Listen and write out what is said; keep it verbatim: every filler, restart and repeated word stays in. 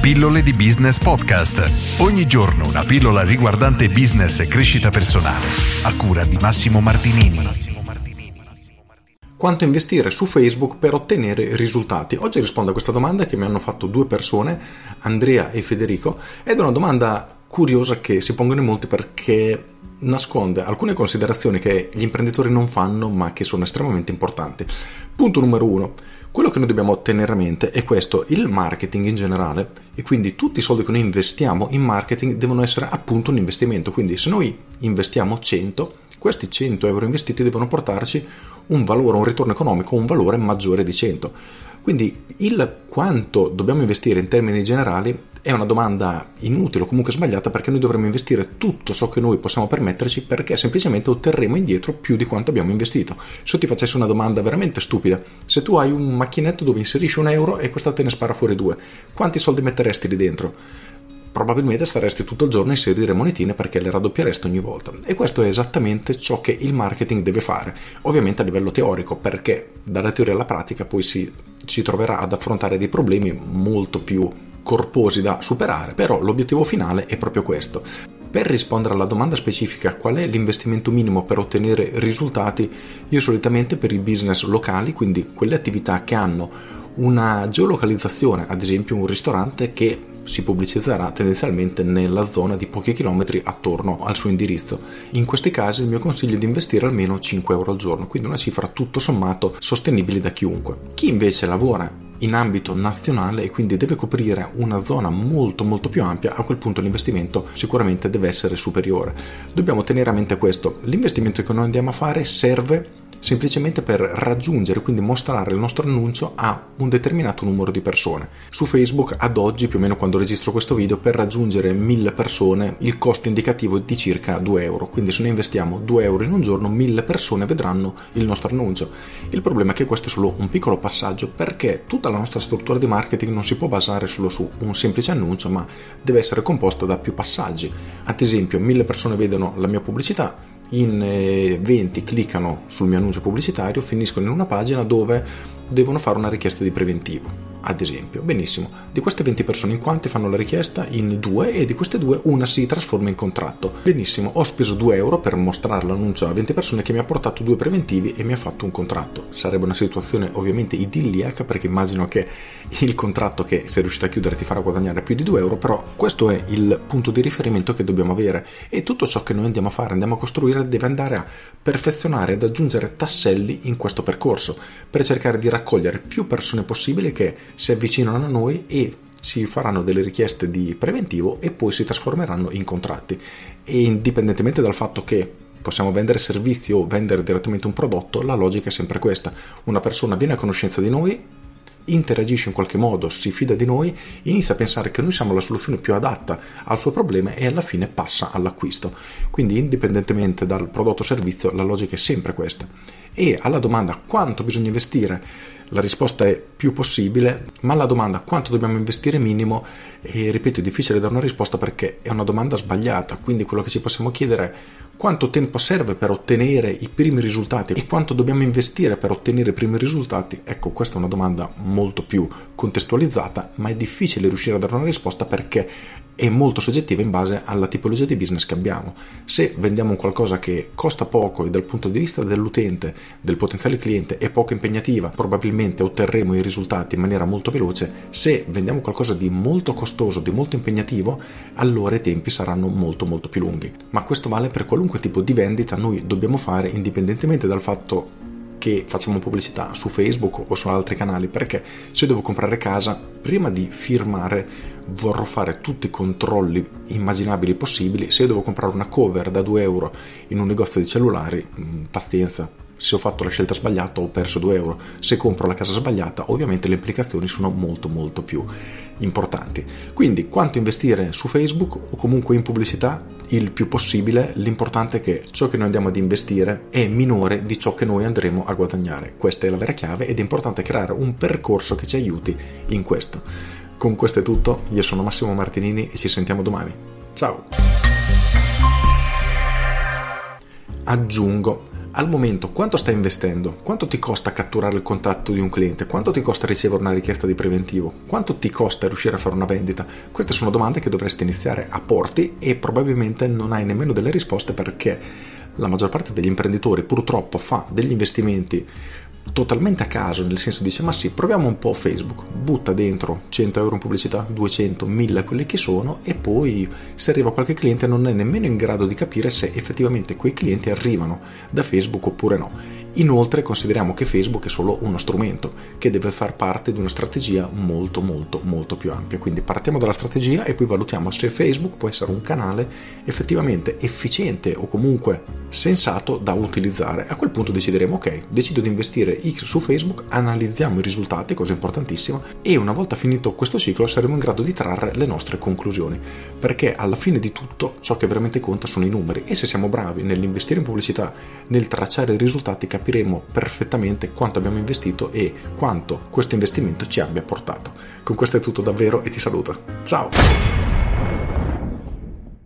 Pillole di Business Podcast. Ogni giorno una pillola riguardante business e crescita personale. A cura di Massimo Martinini. Quanto investire su Facebook per ottenere risultati? Oggi rispondo a questa domanda che mi hanno fatto due persone, Andrea e Federico, ed è una domanda curiosa che si pongono in molti perché nasconde alcune considerazioni che gli imprenditori non fanno ma che sono estremamente importanti. Punto numero uno. Quello che noi dobbiamo tenere a mente è questo: il marketing in generale, e quindi tutti i soldi che noi investiamo in marketing devono essere appunto un investimento. Quindi se noi investiamo cento, questi cento euro investiti devono portarci un valore, un ritorno economico, un valore maggiore di cento. Quindi il quanto dobbiamo investire in termini generali è una domanda inutile o comunque sbagliata, perché noi dovremmo investire tutto ciò che noi possiamo permetterci, perché semplicemente otterremo indietro più di quanto abbiamo investito. Se io ti facessi una domanda veramente stupida: se tu hai un macchinetto dove inserisci un euro e questa te ne spara fuori due, quanti soldi metteresti lì dentro? Probabilmente staresti tutto il giorno a inserire monetine perché le raddoppieresti ogni volta. E questo è esattamente ciò che il marketing deve fare, ovviamente a livello teorico, perché dalla teoria alla pratica poi si, si troverà ad affrontare dei problemi molto più corposi da superare, però l'obiettivo finale è proprio questo. Per rispondere alla domanda specifica qual è l'investimento minimo per ottenere risultati, io solitamente per i business locali, quindi quelle attività che hanno una geolocalizzazione, ad esempio un ristorante che si pubblicizzerà tendenzialmente nella zona di pochi chilometri attorno al suo indirizzo. In questi casi il mio consiglio è di investire almeno cinque euro al giorno, quindi una cifra tutto sommato sostenibile da chiunque. Chi invece lavora in ambito nazionale e quindi deve coprire una zona molto molto più ampia, a quel punto l'investimento sicuramente deve essere superiore. Dobbiamo tenere a mente questo: l'investimento che noi andiamo a fare serve semplicemente per raggiungere, quindi mostrare il nostro annuncio a un determinato numero di persone. Su Facebook ad oggi, più o meno quando registro questo video, per raggiungere mille persone il costo indicativo è di circa due euro, quindi se noi investiamo due euro in un giorno, mille persone vedranno il nostro annuncio. Il problema è che questo è solo un piccolo passaggio, perché tutta la nostra struttura di marketing non si può basare solo su un semplice annuncio, ma deve essere composta da più passaggi. Ad esempio, mille persone vedono la mia pubblicità, in venti cliccano sul mio annuncio pubblicitario, finiscono in una pagina dove devono fare una richiesta di preventivo, ad esempio. Benissimo, di queste venti persone in quanti fanno la richiesta? In due, e di queste due una si trasforma in contratto. Benissimo, ho speso due euro per mostrare l'annuncio a venti persone che mi ha portato due preventivi e mi ha fatto un contratto. Sarebbe una situazione ovviamente idilliaca, perché immagino che il contratto che sei riuscito a chiudere ti farà guadagnare più di due euro, però questo è il punto di riferimento che dobbiamo avere, e tutto ciò che noi andiamo a fare, andiamo a costruire, deve andare a perfezionare, ad aggiungere tasselli in questo percorso, per cercare di raccogliere più persone possibile che si avvicinano a noi e ci faranno delle richieste di preventivo e poi si trasformeranno in contratti. E indipendentemente dal fatto che possiamo vendere servizi o vendere direttamente un prodotto, la logica è sempre questa: una persona viene a conoscenza di noi, interagisce in qualche modo, si fida di noi, inizia a pensare che noi siamo la soluzione più adatta al suo problema e alla fine passa all'acquisto. Quindi indipendentemente dal prodotto o servizio, la logica è sempre questa. E alla domanda quanto bisogna investire, la risposta è più possibile, ma alla domanda quanto dobbiamo investire minimo, e ripeto, è difficile dare una risposta perché è una domanda sbagliata. Quindi quello che ci possiamo chiedere è quanto tempo serve per ottenere i primi risultati e quanto dobbiamo investire per ottenere i primi risultati. Ecco, questa è una domanda molto più contestualizzata, ma è difficile riuscire a dare una risposta perché è molto soggettiva in base alla tipologia di business che abbiamo. Se vendiamo qualcosa che costa poco e dal punto di vista dell'utente, del potenziale cliente, è poco impegnativa, probabilmente otterremo i risultati in maniera molto veloce. Se vendiamo qualcosa di molto costoso, di molto impegnativo, allora i tempi saranno molto molto più lunghi. Ma questo vale per qualunque tipo di vendita noi dobbiamo fare, indipendentemente dal fatto che facciamo pubblicità su Facebook o su altri canali, perché se devo comprare casa, prima di firmare vorrò fare tutti i controlli immaginabili possibili. Se io devo comprare una cover da due euro in un negozio di cellulari, pazienza, se ho fatto la scelta sbagliata ho perso due euro. Se compro la casa sbagliata, ovviamente le implicazioni sono molto molto più importanti. Quindi quanto investire su Facebook o comunque in pubblicità? Il più possibile. L'importante è che ciò che noi andiamo ad investire è minore di ciò che noi andremo a guadagnare. Questa è la vera chiave ed è importante creare un percorso che ci aiuti in questo. Con questo è tutto, io sono Massimo Martinini e ci sentiamo domani. Ciao! Aggiungo al momento quanto stai investendo, quanto ti costa catturare il contatto di un cliente, quanto ti costa ricevere una richiesta di preventivo, quanto ti costa riuscire a fare una vendita. Queste sono domande che dovresti iniziare a porti e probabilmente non hai nemmeno delle risposte, perché la maggior parte degli imprenditori purtroppo fa degli investimenti totalmente a caso, nel senso dice ma sì, proviamo un po' Facebook, butta dentro cento euro in pubblicità, duecento, mille quelli che sono, e poi se arriva qualche cliente non è nemmeno in grado di capire se effettivamente quei clienti arrivano da Facebook oppure no. Inoltre consideriamo che Facebook è solo uno strumento che deve far parte di una strategia molto molto molto più ampia, quindi partiamo dalla strategia e poi valutiamo se Facebook può essere un canale effettivamente efficiente o comunque sensato da utilizzare. A quel punto decideremo ok, decido di investire X su Facebook, analizziamo i risultati, cosa importantissima, e una volta finito questo ciclo saremo in grado di trarre le nostre conclusioni, perché alla fine di tutto ciò che veramente conta sono i numeri, e se siamo bravi nell'investire in pubblicità, nel tracciare i risultati, capiremo perfettamente quanto abbiamo investito e quanto questo investimento ci abbia portato. Con questo è tutto davvero e ti saluto. Ciao!